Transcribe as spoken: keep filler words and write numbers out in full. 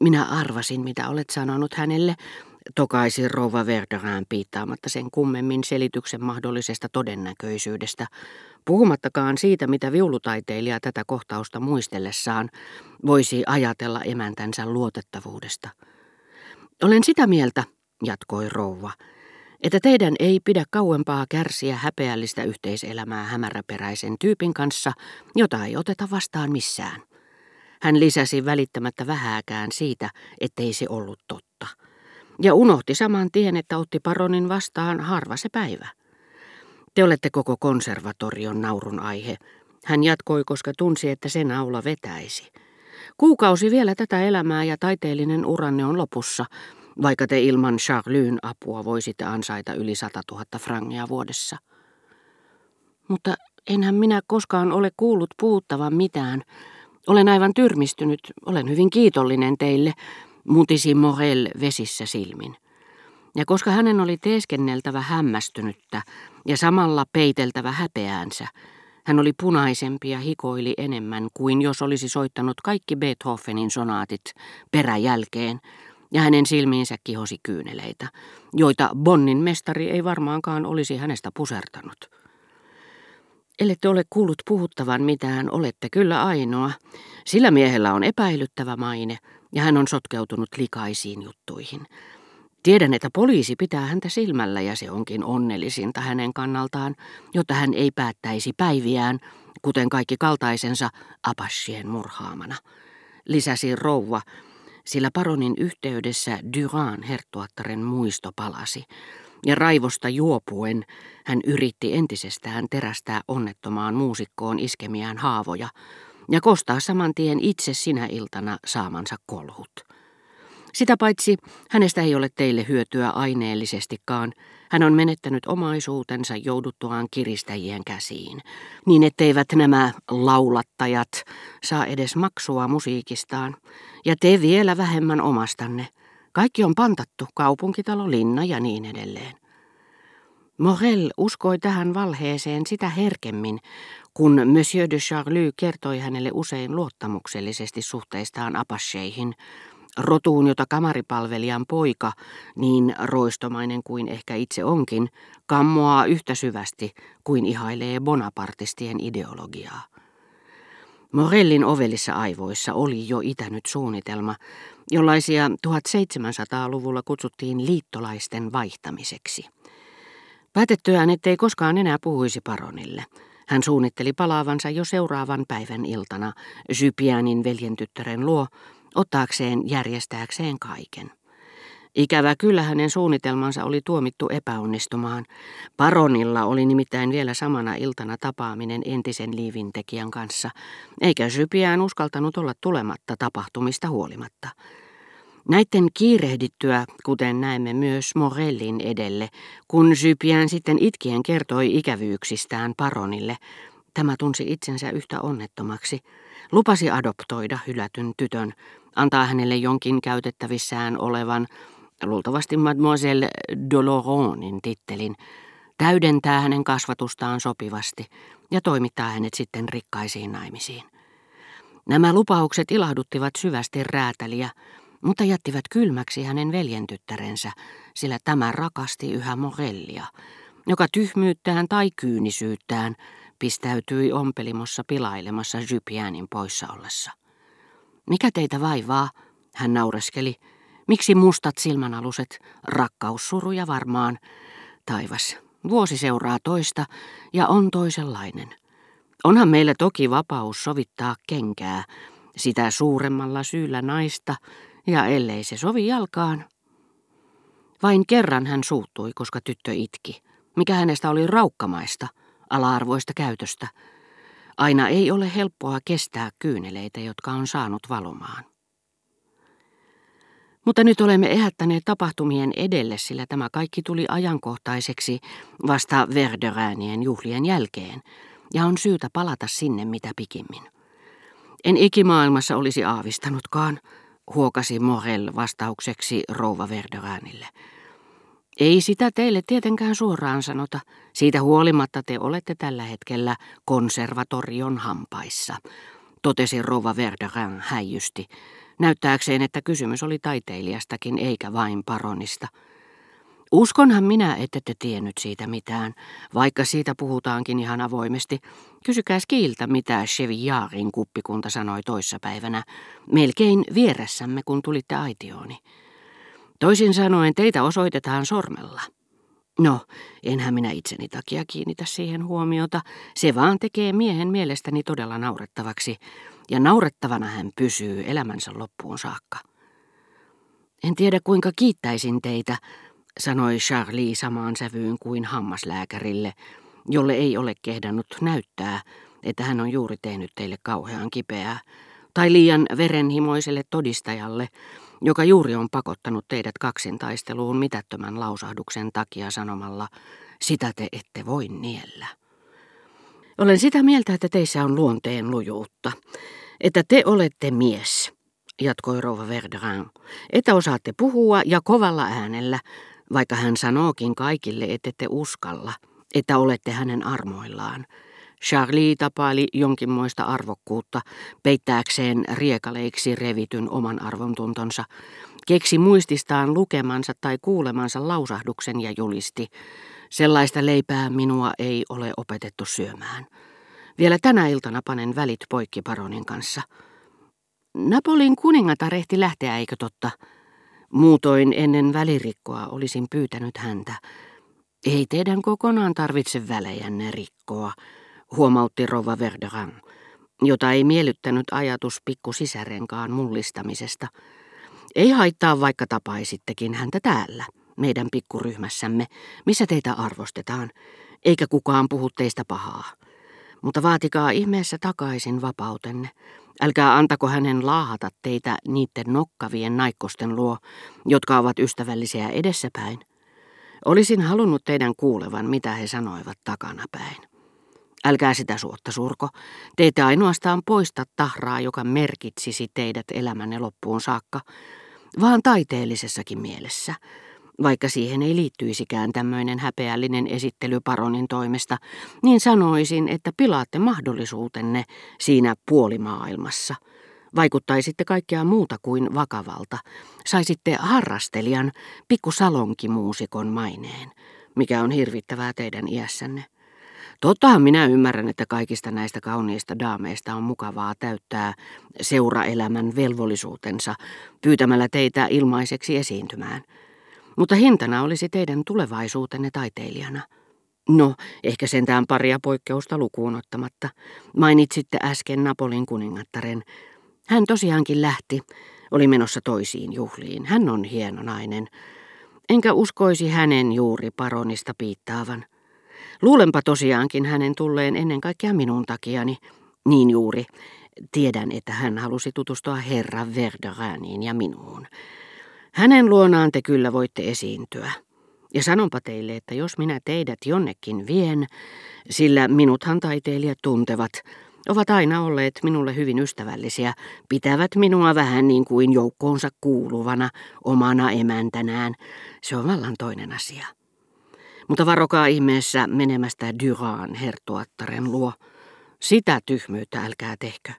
Minä arvasin, mitä olet sanonut hänelle, tokaisi rouva Verderin piittaamatta sen kummemmin selityksen mahdollisesta todennäköisyydestä, puhumattakaan siitä, mitä viulutaiteilija tätä kohtausta muistellessaan voisi ajatella emäntänsä luotettavuudesta. Olen sitä mieltä, jatkoi rouva, että teidän ei pidä kauempaa kärsiä häpeällistä yhteiselämää hämäräperäisen tyypin kanssa, jota ei oteta vastaan missään. Hän lisäsi välittämättä vähääkään siitä, ettei se ollut totta. Ja unohti saman tien, että otti paronin vastaan harva se päivä. Te olette koko konservatorion naurun aihe. Hän jatkoi, koska tunsi, että sen aula vetäisi. Kuukausi vielä tätä elämää ja taiteellinen uranne on lopussa, vaikka te ilman Charlyn apua voisitte ansaita yli satatuhatta frangia vuodessa. Mutta enhän minä koskaan ole kuullut puhuttavan mitään. Olen aivan tyrmistynyt, olen hyvin kiitollinen teille, mutisi Morel vesissä silmin. Ja koska hänen oli teeskenneltävä hämmästynyttä ja samalla peiteltävä häpeäänsä, hän oli punaisempi ja hikoili enemmän kuin jos olisi soittanut kaikki Beethovenin sonaatit peräjälkeen, ja hänen silmiinsä kihosi kyyneleitä, joita Bonnin mestari ei varmaankaan olisi hänestä pusertanut. Ellette ole kuullut puhuttavan mitään, olette kyllä ainoa. Sillä miehellä on epäilyttävä maine, ja hän on sotkeutunut likaisiin juttuihin. Tiedän, että poliisi pitää häntä silmällä, ja se onkin onnellisinta hänen kannaltaan, jotta hän ei päättäisi päiviään, kuten kaikki kaltaisensa, apachien murhaamana. Lisäsi rouva, sillä paronin yhteydessä Duran herttuattaren muisto palasi, ja raivosta juopuen hän yritti entisestään terästää onnettomaan muusikkoon iskemiään haavoja ja kostaa saman tien itse sinä iltana saamansa kolhut. Sitä paitsi hänestä ei ole teille hyötyä aineellisestikaan. Hän on menettänyt omaisuutensa jouduttuaan kiristäjien käsiin, niin etteivät nämä laulattajat saa edes maksua musiikistaan, ja te vielä vähemmän omastanne. Kaikki on pantattu, kaupunkitalo, linna ja niin edelleen. Morel uskoi tähän valheeseen sitä herkemmin, kun Monsieur de Charly kertoi hänelle usein luottamuksellisesti suhteistaan apacheihin, rotuun, jota kamaripalvelijan poika, niin roistomainen kuin ehkä itse onkin, kammoaa yhtä syvästi kuin ihailee bonapartistien ideologiaa. Morellin ovelissa aivoissa oli jo itänyt suunnitelma, jollaisia tuhatseitsemänsataaluvulla kutsuttiin liittolaisten vaihtamiseksi. Päätettyään, ettei koskaan enää puhuisi paronille, hän suunnitteli palaavansa jo seuraavan päivän iltana Jypianin veljentyttären luo, ottaakseen järjestääkseen kaiken. Ikävä kyllä hänen suunnitelmansa oli tuomittu epäonnistumaan. Paronilla oli nimittäin vielä samana iltana tapaaminen entisen liivintekijän kanssa, eikä Jypian uskaltanut olla tulematta tapahtumista huolimatta. Näitten kiirehdittyä, kuten näemme myös Morellin edelle, kun Jypian sitten itkien kertoi ikävyyksistään paronille, tämä tunsi itsensä yhtä onnettomaksi, lupasi adoptoida hylätyn tytön, antaa hänelle jonkin käytettävissään olevan, luultavasti Mademoiselle Doloronin tittelin, täydentää hänen kasvatustaan sopivasti ja toimittaa hänet sitten rikkaisiin naimisiin. Nämä lupaukset ilahduttivat syvästi räätäliä, mutta jättivät kylmäksi hänen veljentyttärensä, sillä tämä rakasti yhä Morellia, joka tyhmyyttään tai kyynisyyttään pistäytyi ompelimossa pilailemassa Jypianin poissa ollessa. Mikä teitä vaivaa, hän naureskeli. Miksi mustat silmänaluset, rakkaussuruja varmaan. Taivas, vuosi seuraa toista ja on toisenlainen. Onhan meillä toki vapaus sovittaa kenkää, sitä suuremmalla syyllä naista, ja ellei se sovi jalkaan. Vain kerran hän suuttui, koska tyttö itki, mikä hänestä oli raukkamaista, ala-arvoista käytöstä. Aina ei ole helppoa kestää kyyneleitä, jotka on saanut valumaan. Mutta nyt olemme ehättäneet tapahtumien edelle, sillä tämä kaikki tuli ajankohtaiseksi vasta Verderinien juhlien jälkeen, ja on syytä palata sinne mitä pikimmin. En ikimaailmassa olisi aavistanutkaan, huokasi Morel vastaukseksi rouva Verderinille. Ei sitä teille tietenkään suoraan sanota, siitä huolimatta te olette tällä hetkellä konservatorion hampaissa, totesi rouva Verderin häijysti. näyttääkseen, että kysymys oli taiteilijastakin eikä vain paronista. Uskonhan minä, ette te tiennyt siitä mitään, vaikka siitä puhutaankin ihan avoimesti. Kysykää Skiltä, mitä Chevillarin kuppikunta sanoi toissapäivänä, melkein vieressämme, kun tulitte aitiooni. Toisin sanoen teitä osoitetaan sormella. No, enhän minä itseni takia kiinnitä siihen huomiota. Se vaan tekee miehen mielestäni todella naurettavaksi, ja naurettavana hän pysyy elämänsä loppuun saakka. En tiedä kuinka kiittäisin teitä, sanoi Charlie samaan sävyyn kuin hammaslääkärille, jolle ei ole kehdannut näyttää, että hän on juuri tehnyt teille kauhean kipeää, tai liian verenhimoiselle todistajalle, joka juuri on pakottanut teidät kaksintaisteluun mitättömän lausahduksen takia sanomalla, sitä te ette voi niellä. Olen sitä mieltä, että teissä on luonteen lujuutta, että te olette mies, jatkoi rouva Verdurin, että osaatte puhua ja kovalla äänellä, vaikka hän sanookin kaikille, että te uskalla, että olette hänen armoillaan. Charlie tapaili jonkinmoista arvokkuutta peittääkseen riekaleiksi revityn oman arvontuntonsa, keksi muististaan lukemansa tai kuulemansa lausahduksen ja julisti. Sellaista leipää minua ei ole opetettu syömään. Vielä tänä iltana panen välit poikki paronin kanssa. Napolin kuningatar ehti lähteä, eikö totta? Muutoin ennen välirikkoa olisin pyytänyt häntä. Ei teidän kokonaan tarvitse välejänne rikkoa, huomautti rouva Verdurin, jota ei miellyttänyt ajatus pikkusisärenkaan mullistamisesta. Ei haittaa, vaikka tapaisittekin häntä täällä, meidän pikkuryhmässämme, missä teitä arvostetaan, eikä kukaan puhu teistä pahaa. Mutta vaatikaa ihmeessä takaisin vapautenne. Älkää antako hänen laahata teitä niiden nokkavien naikkosten luo, jotka ovat ystävällisiä edessäpäin. Olisin halunnut teidän kuulevan, mitä he sanoivat takanapäin. Älkää sitä suotta surko. Te ette ainoastaan poista tahraa, joka merkitsisi teidät elämänne loppuun saakka, vaan taiteellisessakin mielessä, vaikka siihen ei liittyisikään tämmöinen häpeällinen esittely paronin toimesta, niin sanoisin, että pilaatte mahdollisuutenne siinä puolimaailmassa. Vaikuttaisitte kaikkea muuta kuin vakavalta. Saisitte harrastelijan, pikkusalonkimuusikon maineen, mikä on hirvittävää teidän iässänne. Tottahan minä ymmärrän, että kaikista näistä kauniista daameista on mukavaa täyttää seuraelämän velvollisuutensa pyytämällä teitä ilmaiseksi esiintymään. Mutta hintana olisi teidän tulevaisuutenne taiteilijana. No, ehkä sentään paria poikkeusta lukuun ottamatta. Mainitsitte äsken Napolin kuningattaren. Hän tosiaankin lähti, oli menossa toisiin juhliin. Hän on hieno nainen. Enkä uskoisi hänen juuri paronista piittaavan. Luulenpa tosiaankin hänen tulleen ennen kaikkea minun takiani. Niin juuri. Tiedän, että hän halusi tutustua herra Verduriniin ja minuun. Hänen luonaan te kyllä voitte esiintyä. Ja sanonpa teille, että jos minä teidät jonnekin vien, sillä minuthan taiteilijat tuntevat, ovat aina olleet minulle hyvin ystävällisiä, pitävät minua vähän niin kuin joukkoonsa kuuluvana, omana emäntänään. Se on vallan toinen asia. Mutta varokaa ihmeessä menemästä Duran herttuattaren luo. Sitä tyhmyyttä älkää tehkö.